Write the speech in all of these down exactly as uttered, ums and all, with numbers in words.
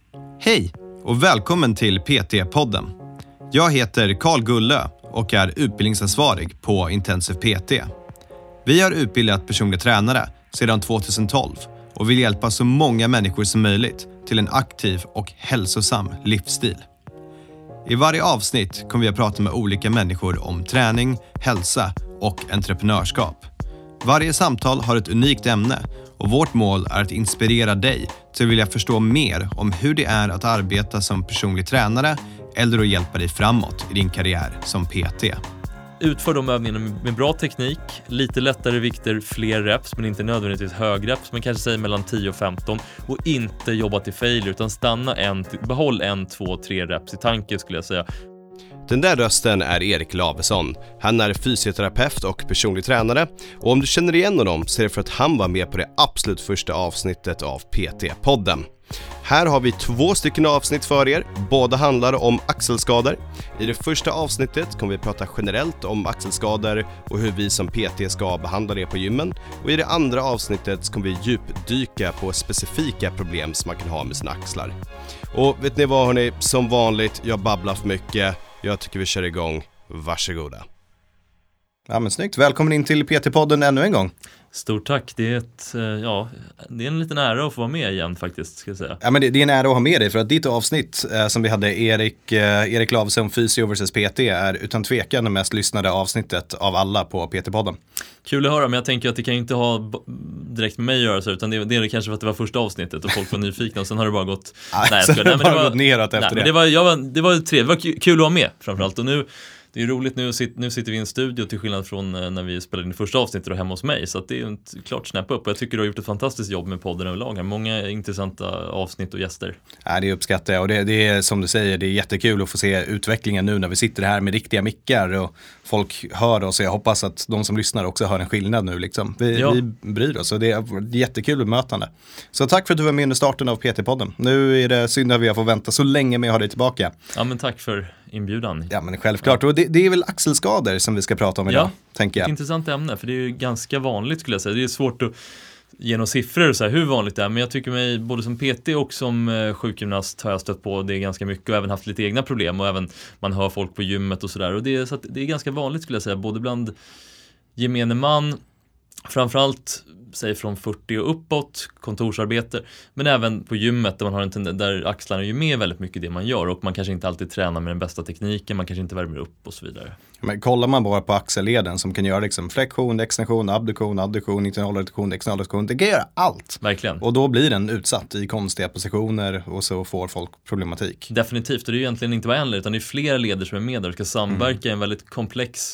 Hej och välkommen till P T-podden. Jag heter Carl Gullö och är utbildningsansvarig på Intensive P T. Vi har utbildat personliga tränare sedan tjugohundratolv och vill hjälpa så många människor som möjligt till en aktiv och hälsosam livsstil. I varje avsnitt kommer vi att prata med olika människor om träning, hälsa och entreprenörskap. Varje samtal har ett unikt ämne och vårt mål är att inspirera dig till att vilja förstå mer om hur det är att arbeta som personlig tränare eller att hjälpa dig framåt i din karriär som P T. Utför de övningarna med bra teknik, lite lättare vikter, fler reps men inte nödvändigtvis hög reps, men kanske säg mellan tio och femton, och inte jobba till failure utan stanna en, behåll en, två, tre reps i tanken skulle jag säga. Den där rösten är Erik Lavesson. Han är fysioterapeut och personlig tränare, och om du känner igen honom så är det för att han var med på det absolut första avsnittet av P T-podden. Här har vi två stycken avsnitt för er. Båda handlar om axelskador. I det första avsnittet kommer vi prata generellt om axelskador och hur vi som P T ska behandla det på gymmen. Och i det andra avsnittet kommer vi djupdyka på specifika problem som man kan ha med sina axlar. Och vet ni vad hörni, som vanligt, jag babblar för mycket. Jag tycker vi kör igång. Varsågoda. Ja men snyggt, välkommen in till P T-podden ännu en gång. Stort tack, det är, ett, ja, det är en liten ära att få vara med igen faktiskt, ska jag säga. Ja men det, det är en ära att ha med dig, för att ditt avsnitt eh, som vi hade, Erik, eh, Erik Lavesson, Fysio versus P T, är utan tvekan det mest lyssnade avsnittet av alla på P T-podden. Kul att höra, men jag tänker att det kan inte ha b- direkt med mig att göra så, utan det, det är det kanske för att det var första avsnittet och folk var nyfikna och sen har det bara gått... nej, nej, jag ska, nej, men det var gått neråt efter nej, det. Det var, jag var, det var trevligt, det var kul att vara med framförallt, och nu... Det är roligt, nu, nu sitter vi i en studio till skillnad från när vi spelade in det första avsnittet och hemma hos mig. Så att det är ett klart snäpp upp, och jag tycker du har gjort ett fantastiskt jobb med podden överlag. Många intressanta avsnitt och gäster. Ja, det uppskattar jag, och det, det är som du säger, det är jättekul att få se utvecklingen nu när vi sitter här med riktiga mickar och folk hör oss. Och jag hoppas att de som lyssnar också hör en skillnad nu liksom. Vi, ja. vi bryr oss, och det är jättekul bemötande. Så tack för att du var med under starten av P T-podden. Nu är det synd att vi har fått vänta så länge med att ha dig tillbaka. Ja, men tack för inbjudan. Ja, men självklart. Och det, det är väl axelskador som vi ska prata om idag, ja, tänker jag. Ett intressant ämne, för det är ju ganska vanligt skulle jag säga. Det är svårt att ge några siffror och så här, hur vanligt det är, men jag tycker mig både som P T och som eh, sjukgymnast har jag stött på det ganska mycket och även haft lite egna problem, och även man hör folk på gymmet och sådär, och det är, så att det är ganska vanligt skulle jag säga, både bland gemene man, framförallt säg från fyrtio och uppåt, kontorsarbete, men även på gymmet där man har en tendens, där axlarna är ju med väldigt mycket det man gör, och man kanske inte alltid tränar med den bästa tekniken, man kanske inte värmer upp och så vidare. Men kollar man bara på axelleden som kan göra liksom flexion, extension, abduktion, adduktion, internal adduction, external adduction, det kan göra allt. Verkligen. Och då blir den utsatt i konstiga positioner och så får folk problematik. Definitivt, och det är ju egentligen inte bara en led, utan det är flera leder som är med där och ska samverka i mm. en väldigt komplex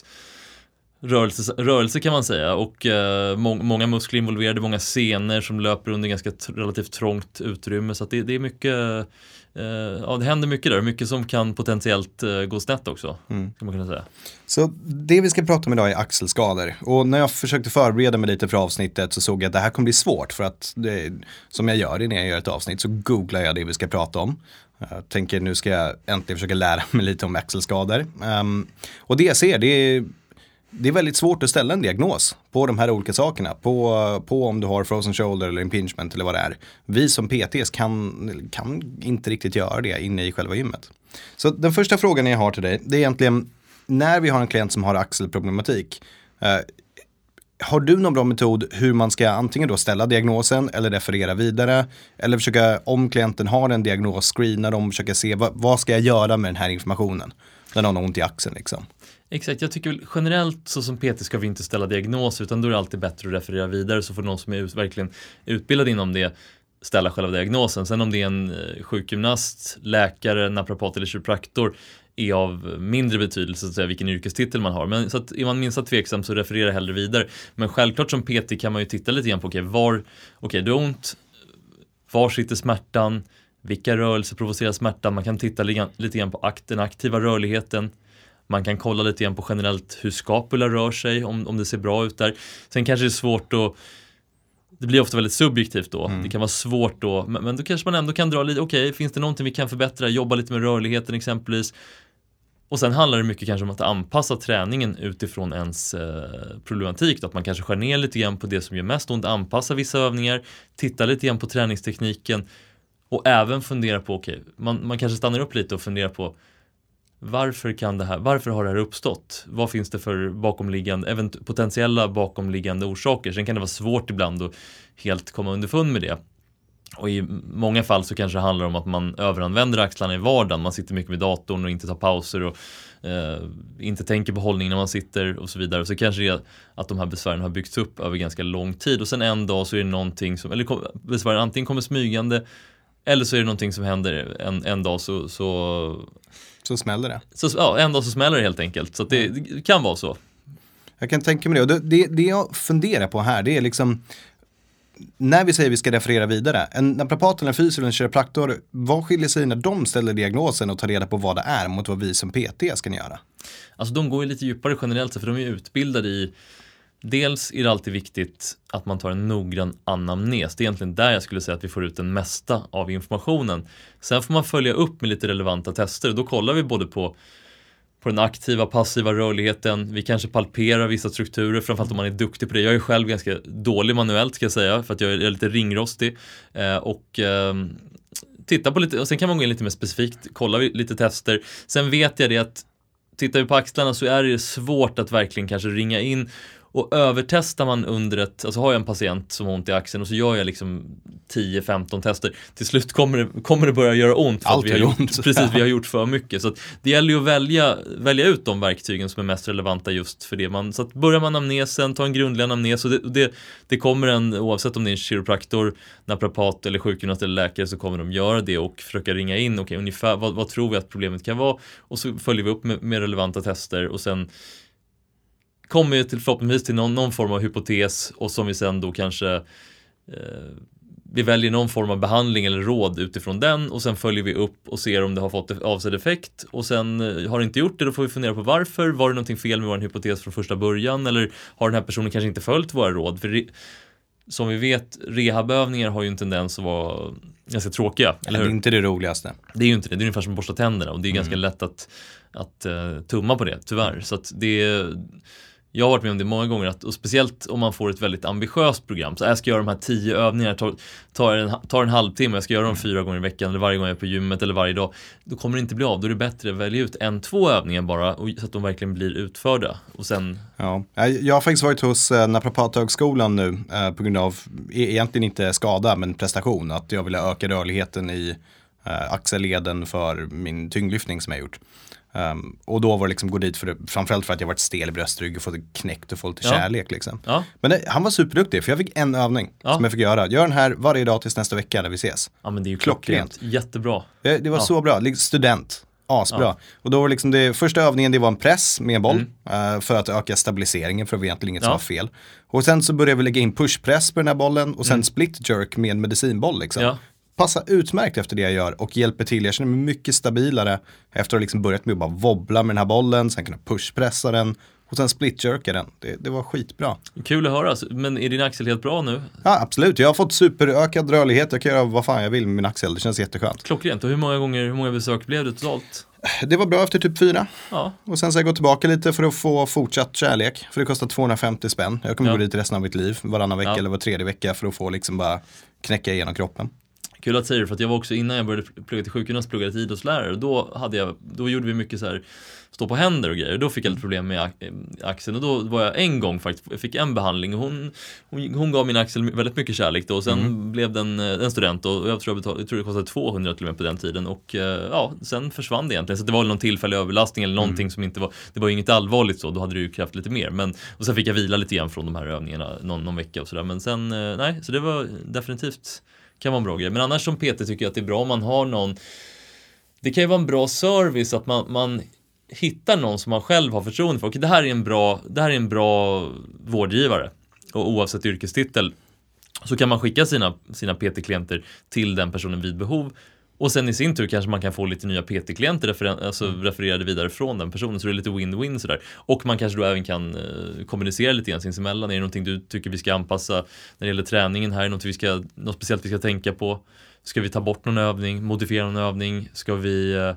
Rörelse, rörelse kan man säga, och eh, må, många muskler involverade, många senor som löper under ganska t- relativt trångt utrymme, så att det, det är mycket eh, ja, det händer mycket där, mycket som kan potentiellt eh, gå snett också, mm. kan man kunna säga. Så det vi ska prata om idag är axelskador, och när jag försökte förbereda mig lite för avsnittet så såg jag att det här kommer bli svårt, för att det, som jag gör när jag gör ett avsnitt så googlar jag det vi ska prata om. Jag tänker nu ska jag äntligen försöka lära mig lite om axelskador, um, och det jag ser det är Det är väldigt svårt att ställa en diagnos på de här olika sakerna. På, på om du har frozen shoulder eller impingement eller vad det är. Vi som P T:s kan, kan inte riktigt göra det inne i själva gymmet. Så den första frågan jag har till dig, det är egentligen när vi har en klient som har axelproblematik. Eh, har du någon bra metod hur man ska antingen då ställa diagnosen eller referera vidare? Eller försöka, om klienten har en diagnos, screena dem och försöka se vad, vad ska jag göra med den här informationen? När någon har ont i axeln liksom. Exakt, jag tycker väl generellt så som P T ska vi inte ställa diagnoser, utan då är det alltid bättre att referera vidare, så får någon som är ut, verkligen utbildad inom det ställa själva diagnosen. Sen om det är en sjukgymnast, läkare, naprapat eller kiropraktor är av mindre betydelse, så att säga, vilken yrkestitel man har. Men så att är man minsta tveksam så referera hellre vidare. Men självklart som P T kan man ju titta lite grann på okej, okay, var, okay, du har ont, var sitter smärtan, vilka rörelser provocerar smärtan, man kan titta lite grann på akt, den aktiva rörligheten. Man kan kolla lite grann på generellt hur skapula rör sig, om, om det ser bra ut där. Sen kanske det är svårt att, det blir ofta väldigt subjektivt då. Mm. Det kan vara svårt då, men, men då kanske man ändå kan dra lite, okej, okay, finns det någonting vi kan förbättra? Jobba lite med rörligheten exempelvis. Och sen handlar det mycket kanske om att anpassa träningen utifrån ens eh, problematik då. Att man kanske skär ner lite grann på det som gör mest ont, anpassa vissa övningar, titta lite grann på träningstekniken. Och även fundera på, okej, okay, man, man kanske stannar upp lite och funderar på varför kan det här, varför har det här uppstått? Vad finns det för bakomliggande, event- potentiella bakomliggande orsaker? Sen kan det vara svårt ibland att helt komma underfund med det. Och i många fall så kanske det handlar om att man överanvänder axlarna i vardagen. Man sitter mycket med datorn och inte tar pauser och eh, inte tänker på hållning när man sitter och så vidare. Och så kanske det är att de här besvären har byggts upp över ganska lång tid. Och sen en dag så är det någonting som, eller besvären antingen kommer smygande eller så är det någonting som händer en, en dag så, så Så smäller det. Så, ja, en dag så smäller det helt enkelt. Så att det, det kan vara så. Jag kan tänka mig det. Och det, det. Det jag funderar på här, det är liksom när vi säger vi ska referera vidare. En naprapat eller en fysio eller en kiropraktor, vad skiljer sig när de ställer diagnosen och tar reda på vad det är mot vad vi som P T ska göra? Alltså de går ju lite djupare generellt för de är utbildade i. Dels är det alltid viktigt att man tar en noggrann anamnes. Det är egentligen där jag skulle säga att vi får ut den mesta av informationen. Sen får man följa upp med lite relevanta tester. Då kollar vi både på, på den aktiva, passiva rörligheten. Vi kanske palperar vissa strukturer, framförallt om man är duktig på det. Jag är själv ganska dålig manuellt ska jag säga, för att jag är lite ringrostig. Eh, och... Eh, titta på lite, och sen kan man gå in lite mer specifikt, kolla lite tester. Sen vet jag det att tittar vi på axlarna så är det svårt att verkligen kanske ringa in. Och övertestar man under ett, alltså har jag en patient som har ont i axeln och så gör jag liksom tio femton tester. Till slut kommer det, kommer det börja göra ont för Allt att vi har gjort, ont. precis, vi har gjort för mycket. Så att det gäller ju att välja, välja ut de verktygen som är mest relevanta just för det. Man, så att börjar man anamnesen, ta en grundlig anamnes och det, det, det kommer en, oavsett om det är en kiropraktor, naprapat eller sjukgymnast eller läkare så kommer de göra det och försöka ringa in, okej, okay, ungefär vad, vad tror vi att problemet kan vara och så följer vi upp med, med relevanta tester och sen kommer till förhoppningsvis till någon, någon form av hypotes och som vi sen då kanske eh, vi väljer någon form av behandling eller råd utifrån den och sen följer vi upp och ser om det har fått avsedd effekt och sen eh, har det inte gjort det, då får vi fundera på varför, var det någonting fel med vår hypotes från första början eller har den här personen kanske inte följt våra råd? För re- som vi vet, rehabövningar har ju en tendens att vara ganska tråkiga, eller hur? Det är inte det roligaste. Det är ju inte det, det är ungefär som att borsta tänderna och det är mm. ganska lätt att, att uh, tumma på det, tyvärr. Så att det jag har varit med om det många gånger, att, och speciellt om man får ett väldigt ambitiöst program. Så jag ska göra de här tio övningarna, tar, tar, en, tar en halvtimme, jag ska göra dem fyra gånger i veckan eller varje gång jag är på gymmet eller varje dag. Då kommer det inte bli av, då är det bättre att välja ut en, två övningar bara och, så att de verkligen blir utförda. Och sen... Ja, jag har faktiskt varit hos eh, Naprapathögskolan nu eh, på grund av, e- egentligen inte skada men prestation. Att jag ville öka rörligheten i eh, axelleden för min tyngdlyftning som jag gjort. Um, och då var det liksom gå dit för det, framförallt för att jag varit stel i bröstrygg och fått knäckt och få lite ja. kärlek liksom. Ja. Men det, han var superduktig för jag fick en övning ja. som jag fick göra. Gör den här varje dag tills nästa vecka när vi ses. Ja men det är ju klockrent. klockrent. Jättebra. Det, det var ja. så bra. Student. Asbra. Ja. Och då var liksom det första övningen, det var en press med boll mm. uh, för att öka stabiliseringen för det var egentligen inget ja. som var fel. Och sen så började vi lägga in pushpress på den här bollen och sen mm. split jerk med en medicinboll liksom. Ja. Passa utmärkt efter det jag gör och hjälper till. Jag känner mig mycket stabilare efter att ha liksom börjat med att bara wobbla med den här bollen, sen kunna pushpressa den och sen splitjerka den. Det, det var skitbra. Kul att höra, men är din axel helt bra nu? Ja, absolut. Jag har fått superökad rörlighet. Jag kan göra vad fan jag vill med min axel. Det känns jätteskönt. Klockrent. Och hur många gånger, hur många besök blev det totalt? Det var bra efter typ fyra. Ja. Och sen så har jag gått tillbaka lite för att få fortsatt kärlek. För det kostar tvåhundrafemtio spänn. Jag kommer ja. gå dit resten av mitt liv, varannan vecka ja. eller var tredje vecka för att få liksom bara knäcka igenom kroppen. Kul att säga det, för att jag var också innan jag började plugga till sjukgymnast pluggade till idrottslärare och då, hade jag, då gjorde vi mycket så här stå på händer och grejer. Då fick jag lite problem med axeln och då var jag en gång faktiskt, jag fick en behandling och hon, hon, hon gav min axel väldigt mycket kärlek då och sen mm. blev den en student och jag tror, jag, betal, jag tror det kostade tvåhundra till och med på den tiden och ja, sen försvann det egentligen. Så det var någon tillfällig överlastning eller någonting mm. som inte var, det var inget allvarligt så, då hade det ju krävt lite mer. Men, och sen fick jag vila lite igen från de här övningarna någon, någon vecka och sådär. Men sen, nej, så det var definitivt kan vara en bra grej. Men annars som P T tycker jag att det är bra om man har någon. Det kan ju vara en bra service att man, man hittar någon som man själv har förtroende för. Och det här är en bra, det här är en bra vårdgivare. Och oavsett yrkestitel så kan man skicka sina, sina P T-klienter till den personen vid behov. Och sen i sin tur kanske man kan få lite nya P T-klienter refer- alltså mm. refererade vidare från den personen. Så det är lite win-win sådär. Och man kanske då även kan eh, kommunicera lite grann sinsemellan. Är det någonting du tycker vi ska anpassa när det gäller träningen här? Är det något, vi ska, något speciellt vi ska tänka på? Ska vi ta bort någon övning? Modifiera någon övning? Ska vi... Eh,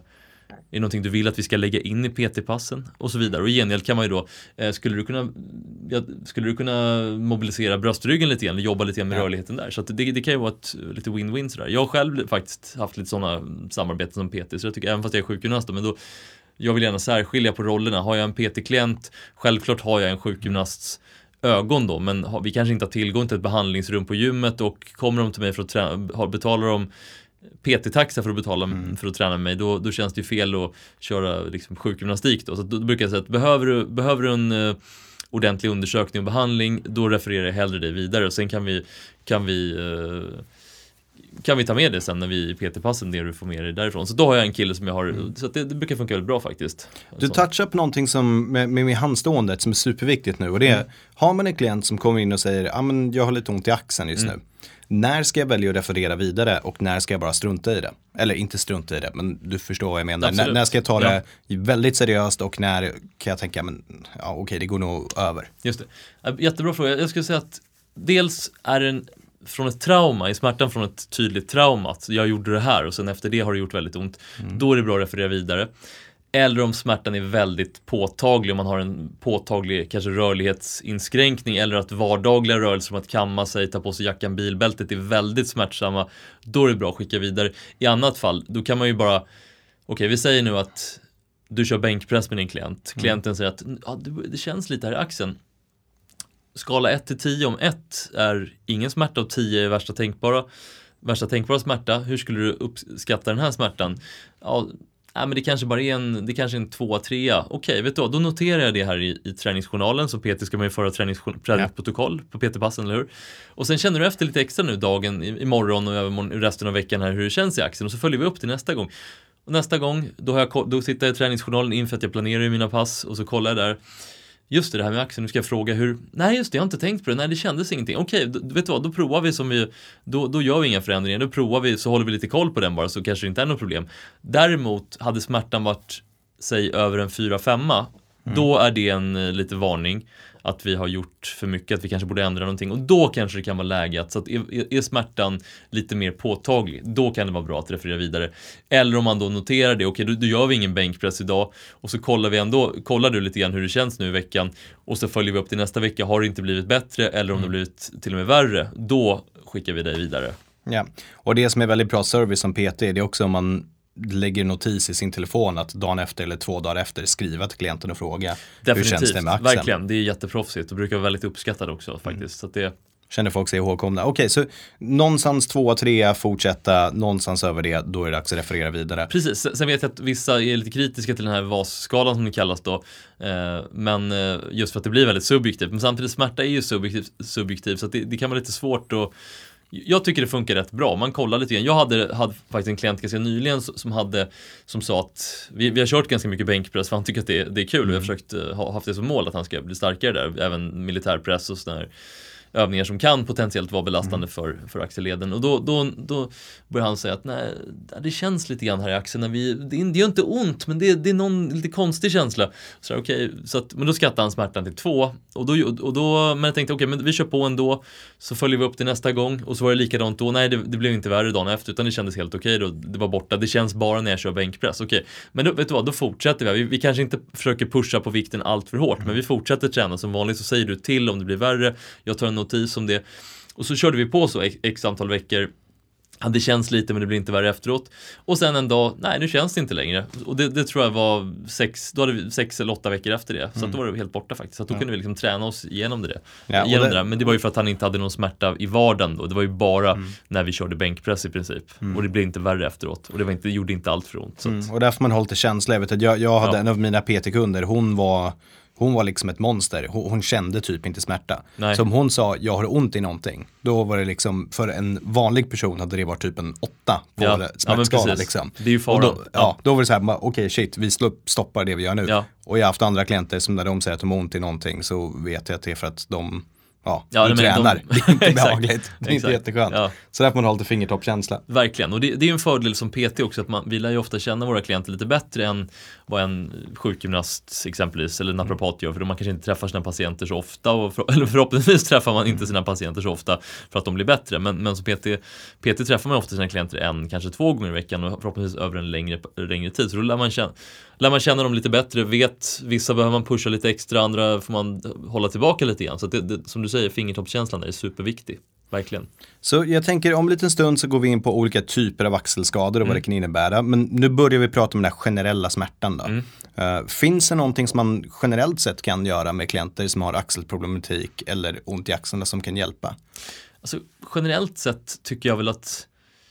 Är det någonting du vill att vi ska lägga in i P T-passen? Och så vidare. Och i gengäld kan man ju då, eh, skulle, du kunna, ja, skulle du kunna mobilisera bröstryggen lite grann eller jobba lite grann med ja. rörligheten där? Så att det, det kan ju vara ett lite win-win sådär. Jag har själv faktiskt haft lite sådana samarbeten som P T, så jag tycker, även fast jag är sjukgymnast, men då, jag vill gärna särskilja på rollerna. Har jag en P T-klient, självklart har jag en sjukgymnasts ögon då, men har, vi kanske inte har tillgång till ett behandlingsrum på gymmet, och kommer de till mig för att träna, betalar de P T-taxa för att betala mm. för att träna med mig, då, då känns det ju fel att köra liksom sjukgymnastik då. Så då, då brukar jag säga att behöver du, behöver du en uh, ordentlig undersökning och behandling, då refererar jag hellre dig vidare, och sen kan vi kan vi uh, kan vi ta med det sen när vi i P T-passen, det du får med dig därifrån. Så då har jag en kille som jag har, mm. så att det, det brukar funka väldigt bra faktiskt. Du så. touchar på någonting som med, med, med handståendet som är superviktigt nu, och det är, mm. har man en klient som kommer in och säger, ja ah, men jag har lite ont i axeln just mm. nu. När ska jag välja att referera vidare och när ska jag bara strunta i det? Eller inte strunta i det, men du förstår vad jag menar. N- när ska jag ta det ja. väldigt seriöst, och när kan jag tänka, men ja, okej, okay, det går nog över. Just det. Jättebra fråga. Jag skulle säga att dels är den från ett trauma, i smärtan från ett tydligt trauma, att jag gjorde det här och sen efter det har det gjort väldigt ont. Mm. Då är det bra att referera vidare. Eller om smärtan är väldigt påtaglig, om man har en påtaglig kanske rörlighetsinskränkning, eller att vardagliga rörelser som att kamma sig, ta på sig jackan, bilbältet är väldigt smärtsamma, då är det bra att skicka vidare. I annat fall, då kan man ju bara, okej okay, vi säger nu att du kör bänkpress med din klient. Klienten mm. säger att ja, det, det känns lite här i axeln. Skala ett till tio, om ett är ingen smärta och tio är värsta tänkbara, värsta tänkbara smärta. Hur skulle du uppskatta den här smärtan? Ja, Ja, men det kanske bara är en, det kanske är en två, trea. Okej, vet du vad? Då noterar jag det här i, i träningsjournalen. Så P T ska man ju föra träningsprotokoll på P T-passen, eller hur? Och sen känner du efter lite extra nu dagen, i, imorgon och övermorgon, resten av veckan här, hur det känns i axeln. Och så följer vi upp till nästa gång. Och nästa gång, då, har jag, då sitter jag i träningsjournalen inför att jag planerar i mina pass. Och så kollar jag där. Just det, det här med axeln, nu ska jag fråga hur. Nej just det, jag har inte tänkt på det, nej det kändes ingenting. Okej, då, vet du vad, då provar vi som vi då, då gör vi inga förändringar, då provar vi, så håller vi lite koll på den bara, så kanske det inte är något problem. Däremot, hade smärtan varit, säg över en fyra femma, mm. då är det en lite varning att vi har gjort för mycket, att vi kanske borde ändra någonting, och då kanske det kan vara läge att, så att är, är smärtan lite mer påtaglig, då kan det vara bra att referera vidare. Eller om man då noterar det, okej, då, då gör vi ingen bänkpress idag, och så kollar vi ändå, kollar du lite grann hur det känns nu i veckan, och så följer vi upp till nästa vecka, har det inte blivit bättre eller om mm. det blivit till och med värre, då skickar vi dig vidare. Ja, och det som är väldigt bra service som P T, det är också om man lägger notis i sin telefon att dagen efter eller två dagar efter skriva till klienten och fråga. Definitivt, hur känns det med axeln. Verkligen, det är jätteproffsigt och brukar vara väldigt uppskattat också faktiskt. Mm. Så att det... Känner folk sig ihågkomna. Okej, okay, så någonstans två, tre, fortsätta, någonstans över det, då är det dags att referera vidare. Precis, sen vet jag att vissa är lite kritiska till den här V A S-skalan som det kallas då. Eh, men eh, just för att det blir väldigt subjektivt. Men samtidigt, smärta är ju subjektiv, subjektiv så att det, det kan vara lite svårt att... Jag tycker det funkar rätt bra. Man kollar lite grann. Jag hade, hade faktiskt en klient ganska nyligen som, hade, som sa att vi, vi har kört ganska mycket bänkpress för han tycker att det, det är kul. Mm. Vi har försökt ha haft det som mål att han ska bli starkare där. Även militärpress och sådär. Övningar som kan potentiellt vara belastande mm. för, för axelleden. Och då, då, då börjar han säga att nej, det känns lite grann här i axeln. När vi, det, det gör inte ont, men det, det är någon lite konstig känsla. Så, okay, så att, men då skattade han smärtan till två. Och då, och då, men jag tänkte okej, okay, men vi kör på ändå. Så följer vi upp till nästa gång. Och så var det likadant då. Nej, det, det blev inte värre dagen efter. Utan det kändes helt okej okay då. Det var borta. Det känns bara när jag kör bänkpress. Okej, okay. Men då, vet du vad, då fortsätter vi. vi. Vi kanske inte försöker pusha på vikten allt för hårt. Mm. Men vi fortsätter träna som vanligt. Så säger du till om det blir värre. Jag tar en notis om det. Och så körde vi på så x antal veckor. Det känns lite men det blir inte värre efteråt. Och sen en dag, nej nu känns det inte längre. Och det, det tror jag var sex, då hade vi sex eller åtta veckor efter det. Så mm. att då var det helt borta faktiskt. Så att då ja. kunde vi liksom träna oss igenom det. Ja, igenom det. det men det var ju för att han inte hade någon smärta i vardagen då. Det var ju bara mm. när vi körde bänkpress i princip. Mm. Och det blev inte värre efteråt. Och det var inte, gjorde inte allt för ont. Så mm. Och därför man håller till känsla. Jag, vet, jag, jag hade ja. en av mina P T-kunder, hon var... Hon var liksom ett monster. Hon, hon kände typ inte smärta. Nej. Så om hon sa, jag har ont i någonting. Då var det liksom, för en vanlig person hade det varit typ en åtta på ja. smärtskala. Ja, liksom. Det är ju faran. Då, ja. ja, då var det så här, okej okay, shit, vi stoppar det vi gör nu. Ja. Och jag har haft andra klienter som när de säger att de har ont i någonting så vet jag att det är för att de ja, Ja, du men tränar. de- Det är inte Exakt. behagligt. Det är inte Exakt. jätteskönt. Ja. Så där får man ha lite fingertoppkänsla. Verkligen, och det, det är ju en fördel som P T också, att man, vi lär ju ofta känna våra klienter lite bättre än vad en sjukgymnast exempelvis eller naprapat gör, för man kanske inte träffar sina patienter så ofta, och för, eller förhoppningsvis träffar man inte sina patienter så ofta för att de blir bättre, men, men som P T, P T träffar man ofta sina klienter en, kanske två gånger i veckan och förhoppningsvis över en längre, längre tid, så då lär man känna Lär man känna dem lite bättre, vet vissa behöver man pusha lite extra, andra får man hålla tillbaka lite grann. Så att det, det, som du säger, fingertoppskänslan är superviktig, verkligen. Så jag tänker om en liten stund så går vi in på olika typer av axelskador och Mm. vad det kan innebära. Men nu börjar vi prata om den här generella smärtan då. Mm. Uh, finns det någonting som man generellt sett kan göra med klienter som har axelproblematik eller ont i axlarna som kan hjälpa? Alltså, generellt sett tycker jag väl att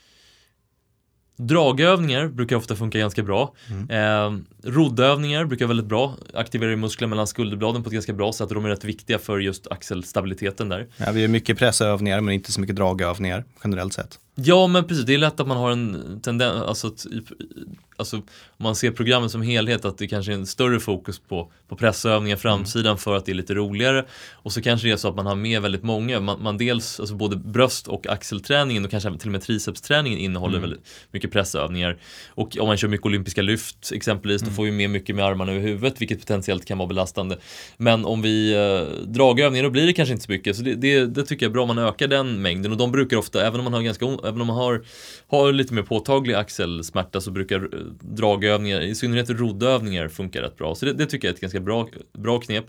dragövningar brukar ofta funka ganska bra. Mm. Eh, roddövningar brukar vara väldigt bra. Aktiverar musklerna mellan skulderbladen på ett ganska bra sätt, och de är rätt viktiga för just axelstabiliteten där. Ja, vi gör mycket pressövningar men inte så mycket dragövningar generellt sett. Ja, men precis. Det är lätt att man har en tendens, alltså, typ, alltså om man ser programmet som helhet, att det kanske är en större fokus på, på pressövningar framsidan mm. för att det är lite roligare. Och så kanske det är så att man har med väldigt många. Man, man dels, alltså både bröst- och axelträningen och kanske till och med tricepsträningen innehåller mm. väldigt mycket pressövningar. Och om man kör mycket olympiska lyft exempelvis, mm. då får vi med mycket med armarna över huvudet, vilket potentiellt kan vara belastande. Men om vi eh, dragövningar, då blir det kanske inte så mycket. Så det, det, det tycker jag är bra om man ökar den mängden. Och de brukar ofta, även om man har ganska även om man har, har lite mer påtaglig axelsmärta, så brukar dragövningar, i synnerhet roddövningar, funka rätt bra. Så det, det tycker jag är ett ganska bra, bra knep.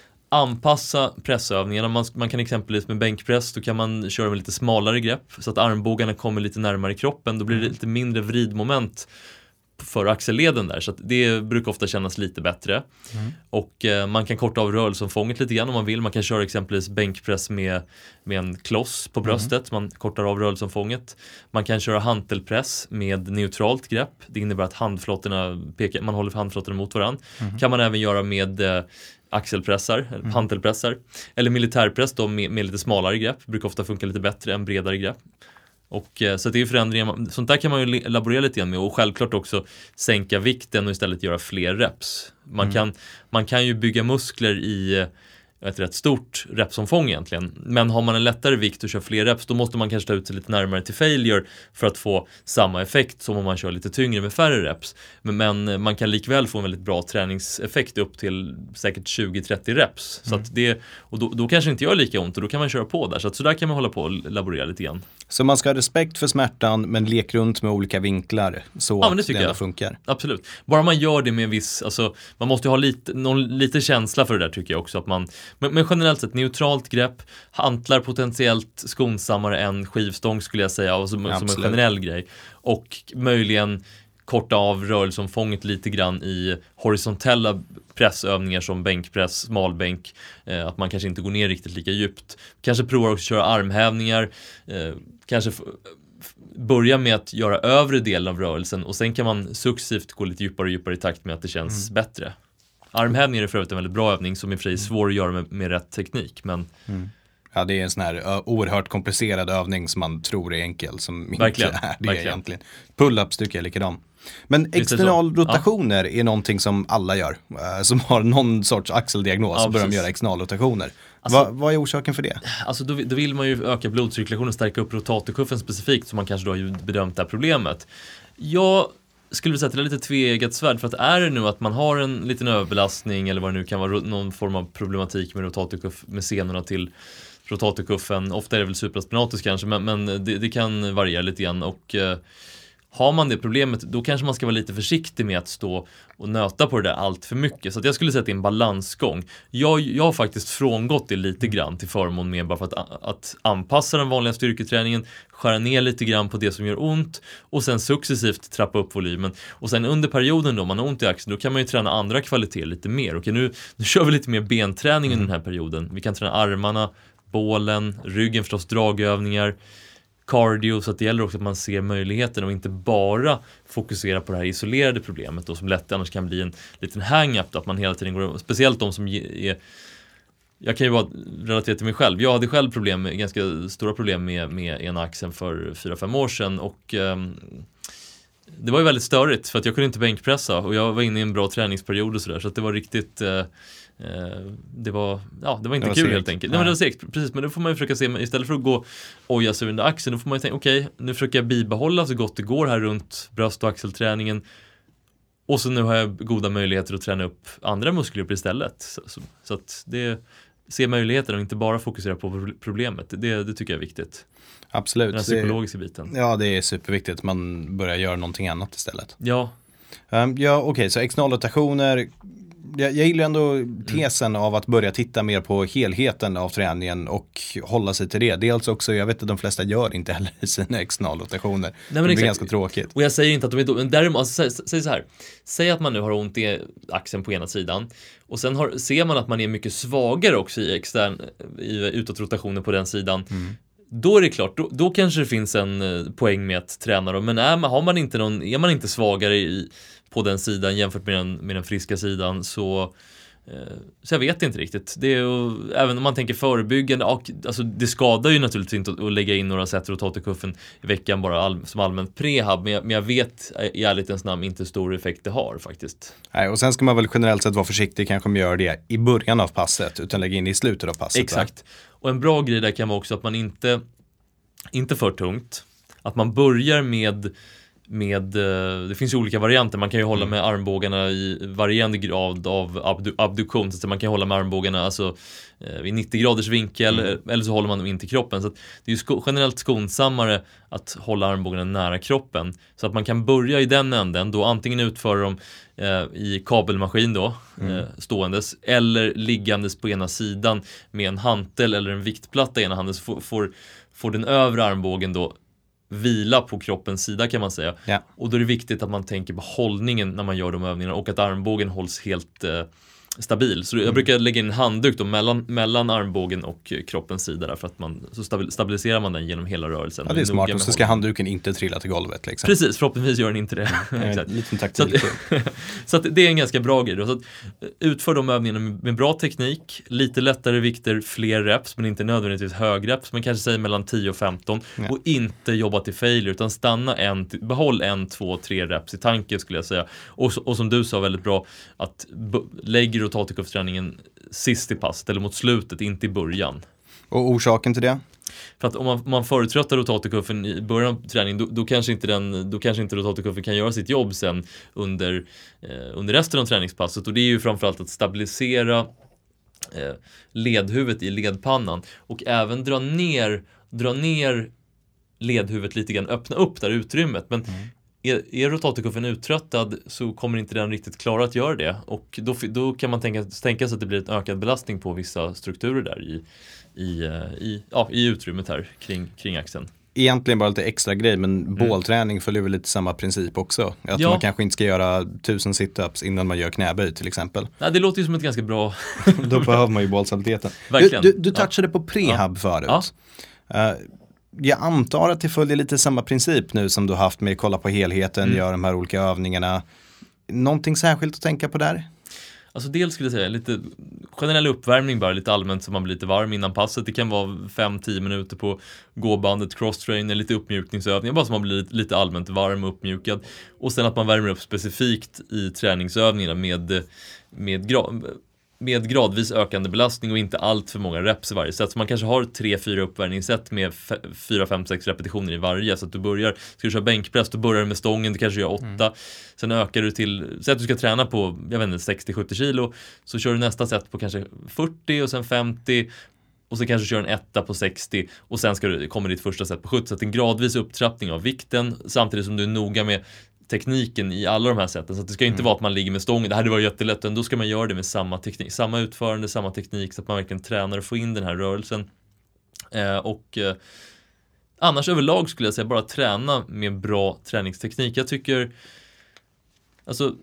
Anpassa pressövningarna. Man, man kan exempelvis med bänkpress, då kan man köra med lite smalare grepp så att armbågarna kommer lite närmare kroppen. Då blir det lite mindre vridmoment för axelleden där, så att det brukar ofta kännas lite bättre. Mm. Och eh, man kan korta av rörelseomfånget lite grann om man vill. Man kan köra exempelvis bänkpress med, med en kloss på bröstet. Mm. Man kortar av rörelseomfånget. Man kan köra hantelpress med neutralt grepp. Det innebär att handflatorna pekar, man håller handflatorna mot varandra. Mm. Kan man även göra med eh, axelpressar, mm. hantelpressar. Eller militärpress då med, med lite smalare grepp. Brukar ofta funka lite bättre än bredare grepp. Och, så det är förändringar, sånt där kan man ju laborera lite grann med, och självklart också sänka vikten och istället göra fler reps. Man, mm. kan, man kan ju bygga muskler i ett rätt stort repsomfång egentligen, men har man en lättare vikt och kör fler reps, då måste man kanske ta ut sig lite närmare till failure för att få samma effekt som om man kör lite tyngre med färre reps. Men, men man kan likväl få en väldigt bra träningseffekt upp till säkert tjugo till trettio reps. Mm. Så att det, och då, då kanske inte gör lika ont, och då kan man köra på där. Så att så där kan man hålla på och laborera lite grann. Så man ska ha respekt för smärtan, men lek runt med olika vinklar så ja, men det att det ändå jag. funkar. Absolut. Bara man gör det med en viss, alltså man måste ju ha lite, någon, lite känsla för det där, tycker jag också. Att man, men, men generellt sett, neutralt grepp, hantlar potentiellt skonsammare än skivstång skulle jag säga, och som, som en generell grej. Och möjligen korta av rörelseomfånget lite grann i horisontella pressövningar som bänkpress, smalbänk, eh, att man kanske inte går ner riktigt lika djupt. Kanske provar också att köra armhävningar, eh, kanske f- f- börja med att göra övre delen av rörelsen, och sen kan man successivt gå lite djupare och djupare i takt med att det känns mm. bättre. Armhävningar är för övrigt en väldigt bra övning som i och för sig är svår att göra med, med rätt teknik, men mm. Ja, det är en sån här uh, oerhört komplicerad övning som man tror är enkel, som verkligen, inte är det verkligen. egentligen. Pull-ups tycker jag är likadan. Men externalrotationer ja. är någonting som alla gör. Uh, som har någon sorts axeldiagnos, ja, så börjar de göra externalrotationer. Alltså, Va, vad är orsaken för det? Alltså då, då vill man ju öka blodcirkulationen, stärka upp rotatorkuffen specifikt, så man kanske då har bedömt det här problemet. Jag skulle vilja säga till det lite tveeggat svärd, för att är det nu att man har en liten överbelastning eller vad det nu kan vara, någon form av problematik med rotatorkuff, med senorna till rotatorkuffen, ofta är det väl supraspinatus kanske, men, men det, det kan variera lite grann, och eh, har man det problemet, då kanske man ska vara lite försiktig med att stå och nöta på det där allt för mycket. Så att jag skulle säga att det är en balansgång. Jag, jag har faktiskt frångått det lite grann till förmån med bara för att, att anpassa den vanliga styrketräningen, skära ner lite grann på det som gör ont, och sen successivt trappa upp volymen. Och sen under perioden då man har ont i axeln, då kan man ju träna andra kvaliteter lite mer. Okej, nu, nu kör vi lite mer benträning under den här perioden. Vi kan träna armarna, bålen, ryggen, förstås dragövningar, cardio, så att det gäller också att man ser möjligheten och inte bara fokusera på det här isolerade problemet då, som lätt annars kan bli en liten hang-up då, att man hela tiden går, speciellt de som är, jag kan ju bara relatera till mig själv, jag hade själv problem, ganska stora problem med, med ena axeln för fyra fem år sedan, och um, det var ju väldigt störigt för att jag kunde inte bänkpressa och jag var inne i en bra träningsperiod och sådär, så att det var riktigt eh, det var, ja, det var inte det var kul segt. Helt enkelt. Nej. Nej, men det var segt, precis, men då får man ju försöka se, istället för att gå oja sig under axeln, då får man ju tänka, okej, okay, nu försöker jag bibehålla så gott det går här runt bröst- och axelträningen, och så nu har jag goda möjligheter att träna upp andra muskelgrupper istället, så, så, så att det, se möjligheter och inte bara fokusera på problemet, det, det tycker jag är viktigt. Absolut. Den psykologiska biten. Ja, det är superviktigt, man börjar göra någonting annat istället. Ja. Um, ja, okej, okay, så externalrotationer. Jag, jag gillar ändå tesen mm. av att börja titta mer på helheten av träningen och hålla sig till det. Dels också, jag vet att de flesta gör inte heller sina externalrotationer. Det blir exakt. Ganska tråkigt. Och jag säger inte att de är dåliga, men däremot, alltså, säg, säg så här. Säg att man nu har ont i axeln på ena sidan och sen har, ser man att man är mycket svagare också i extern, i utåtrotationen på den sidan. Mm. Då är det klart, då, då kanske det finns en eh, poäng med att träna dem. Men är man, har man inte någon, är man inte svagare i, på den sidan jämfört med den, med den friska sidan, så, eh, så jag vet inte riktigt. Det är ju, även om man tänker förebyggande, och, alltså, det skadar ju naturligtvis inte att, att lägga in några set rotatorkuffen i veckan bara all, som allmänt prehab. Men jag, men jag vet i ärlighetens namn inte hur stor effekt det har faktiskt. Nej, och sen ska man väl generellt sett vara försiktig kanske med att göra det i början av passet, utan lägga in i slutet av passet. Exakt. Va? Och en bra grej där kan vara också att man inte, inte för tungt. Att man börjar med, med, det finns ju olika varianter. Man kan ju hålla med armbågarna i varierande grad av abdu, abduktion. Så man kan hålla med armbågarna alltså, i nittio graders vinkel, mm. eller så håller man dem in till kroppen. Så att det är ju sko- generellt skonsammare att hålla armbågarna nära kroppen. Så att man kan börja i den änden, då antingen utföra dem eh, i kabelmaskin då, mm. eh, ståendes, eller liggandes på ena sidan med en hantel eller en viktplatta i ena handen, så får, får, får den övre armbågen då vila på kroppens sida, kan man säga. Ja. Och då är det viktigt att man tänker på hållningen när man gör de övningarna och att armbågen hålls helt eh, stabil. Så jag mm. brukar lägga in en handduk då mellan, mellan armbågen och kroppens sida där, för att man, så stabiliserar man den genom hela rörelsen. Ja, det är smart. Och så ska handduken inte trilla till golvet. Liksom. Precis, förhoppningsvis gör den inte det. Exakt. En liten taktik. Så, att, så att det är en ganska bra grej då. Så att, utför de övningarna med bra teknik, lite lättare vikter, fler reps, men inte nödvändigtvis hög reps, men kanske säg mellan tio och femton. Ja. Och inte jobba till failure, utan stanna en, behåll en, två, tre reps i tanken, skulle jag säga. Och, och som du sa väldigt bra, att b- lägger rotatorkuffsträningen sist i passet eller mot slutet, inte i början. Och orsaken till det? För att om man, man förutsätter rotatorkuffen i början av träningen, då, då kanske inte den, då kanske inte rotatorkuffen kan göra sitt jobb sen under, eh, under resten av träningspasset. Och det är ju framförallt att stabilisera eh, ledhuvudet i ledpannan och även dra ner, dra ner ledhuvudet lite grann, öppna upp där utrymmet. Men mm. Är, är rotatorkuffen uttröttad så kommer inte den riktigt klara att göra det. Och då, då kan man tänka, tänka sig att det blir en ökad belastning på vissa strukturer där i, i, i, ja, i utrymmet här kring, kring axeln. Egentligen bara lite extra grej, men mm. bålträning följer väl lite samma princip också. Att ja. man kanske inte ska göra tusen sit-ups innan man gör knäböj till exempel. Nej, det låter ju som ett ganska bra... Då behöver man ju bålstabiliteten. Verkligen. Du, du, du touchade ja. på prehab ja. förut. Ja. Uh, Jag antar att det följer lite samma princip nu som du har haft med att kolla på helheten, mm. göra de här olika övningarna. Någonting särskilt att tänka på där? Alltså dels skulle jag säga lite generell uppvärmning bara, lite allmänt så man blir lite varm innan passet. Det kan vara fem till tio minuter på gåbandet, cross-trainer, lite uppmjukningsövningar, bara så man blir lite, lite allmänt varm och uppmjukad. Och sen att man värmer upp specifikt i träningsövningarna med, med grad. med gradvis ökande belastning och inte allt för många reps i varje set. Så man kanske har tre, fyra uppvärmningsset med fyra, fem, sex repetitioner i varje. Så att du börjar, ska du köra bänkpress, då börjar du med stången, du kanske gör åtta. Mm. Sen ökar du till, så att du ska träna på, jag vet inte, sextio till sjuttio kilo. Så kör du nästa set på kanske fyrtio och sen femtio. Och så kanske kör en etta på sextio. Och sen ska du, kommer ditt första set på sjuttio. Så att en gradvis upptrappning av vikten, samtidigt som du är noga med tekniken i alla de här sätten. Så att det ska inte mm. vara att man ligger med stången. Det här var jättelätt, utan då ska man göra det med samma teknik. Samma utförande, samma teknik, så att man verkligen tränar och får in den här rörelsen. Eh, och eh, annars överlag skulle jag säga bara träna med bra träningsteknik. Jag tycker alltså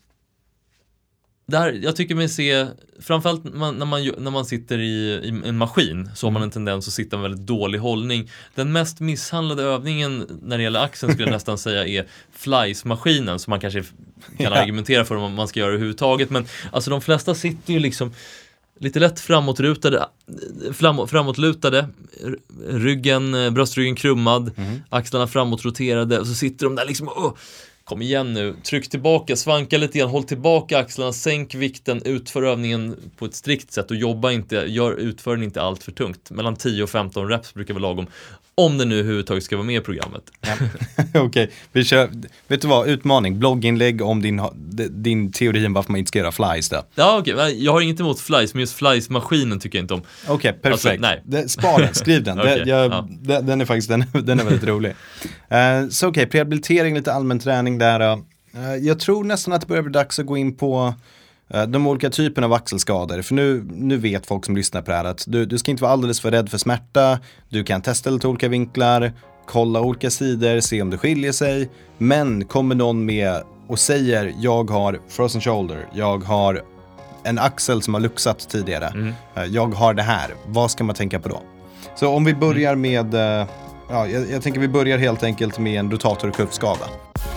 där, jag tycker mig se, framförallt man, när, man, när man sitter i, i en maskin, så har man en tendens att sitta med väldigt dålig hållning. Den mest misshandlade övningen när det gäller axeln skulle jag nästan säga är flies-maskinen, som man kanske kan argumentera för om man ska göra det överhuvudtaget. Men alltså de flesta sitter ju liksom lite lätt framåtrutade, fram, framåtlutade, ryggen, bröstryggen krummad, mm. axlarna framåtroterade, och så sitter de där liksom och kom igen nu, tryck tillbaka, svanka lite grann, håll tillbaka axlarna, sänk vikten, utför övningen på ett strikt sätt och jobba inte, gör utför den inte allt för tungt. Mellan tio och femton reps brukar vara lagom, om det nu överhuvudtaget ska vara med i programmet. Ja. Okej, okay. Vi kör, vet du vad, utmaning, blogginlägg om din, din teori om varför man inte ska göra flies då. Ja okej, okay. Jag har inget emot flies, men just flies-maskinen tycker jag inte om. Okej, okay, perfekt. Alltså, nej. Det, spar den, skriv den. Okay, det, jag, ja. den, den är faktiskt den, den är väldigt rolig. Uh, så okej, okay, rehabilitering, lite allmän träning där. Uh, jag tror nästan att det börjar bli dags att gå in på uh, de olika typerna av axelskador. För nu, nu vet folk som lyssnar på det här att du, du ska inte vara alldeles för rädd för smärta. Du kan testa lite olika vinklar, kolla olika sidor, se om det skiljer sig. Men kommer någon med och säger jag har frozen shoulder, jag har en axel som har luxat tidigare, mm. jag har det här, vad ska man tänka på då? Så om vi börjar med, ja, jag, jag tänker vi börjar helt enkelt med en rotator- och kuffskada.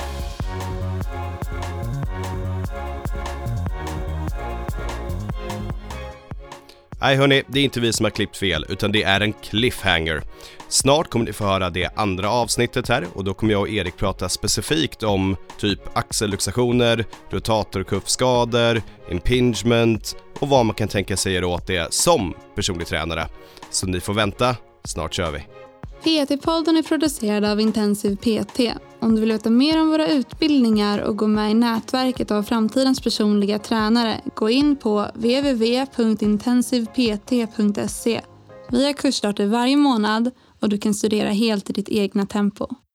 Nej hörni, det är inte vi som har klippt fel utan det är en cliffhanger. Snart kommer ni få höra det andra avsnittet här och då kommer jag och Erik prata specifikt om typ axelluxationer, rotatorkuffskador, impingement och vad man kan tänka sig göra åt det som personlig tränare. Så ni får vänta, snart kör vi. P T-podden är producerad av Intensiv P T. Om du vill veta mer om våra utbildningar och gå med i nätverket av framtidens personliga tränare, gå in på w w w punkt intensiv p t punkt se. Vi har kursstarter varje månad och du kan studera helt i ditt egna tempo.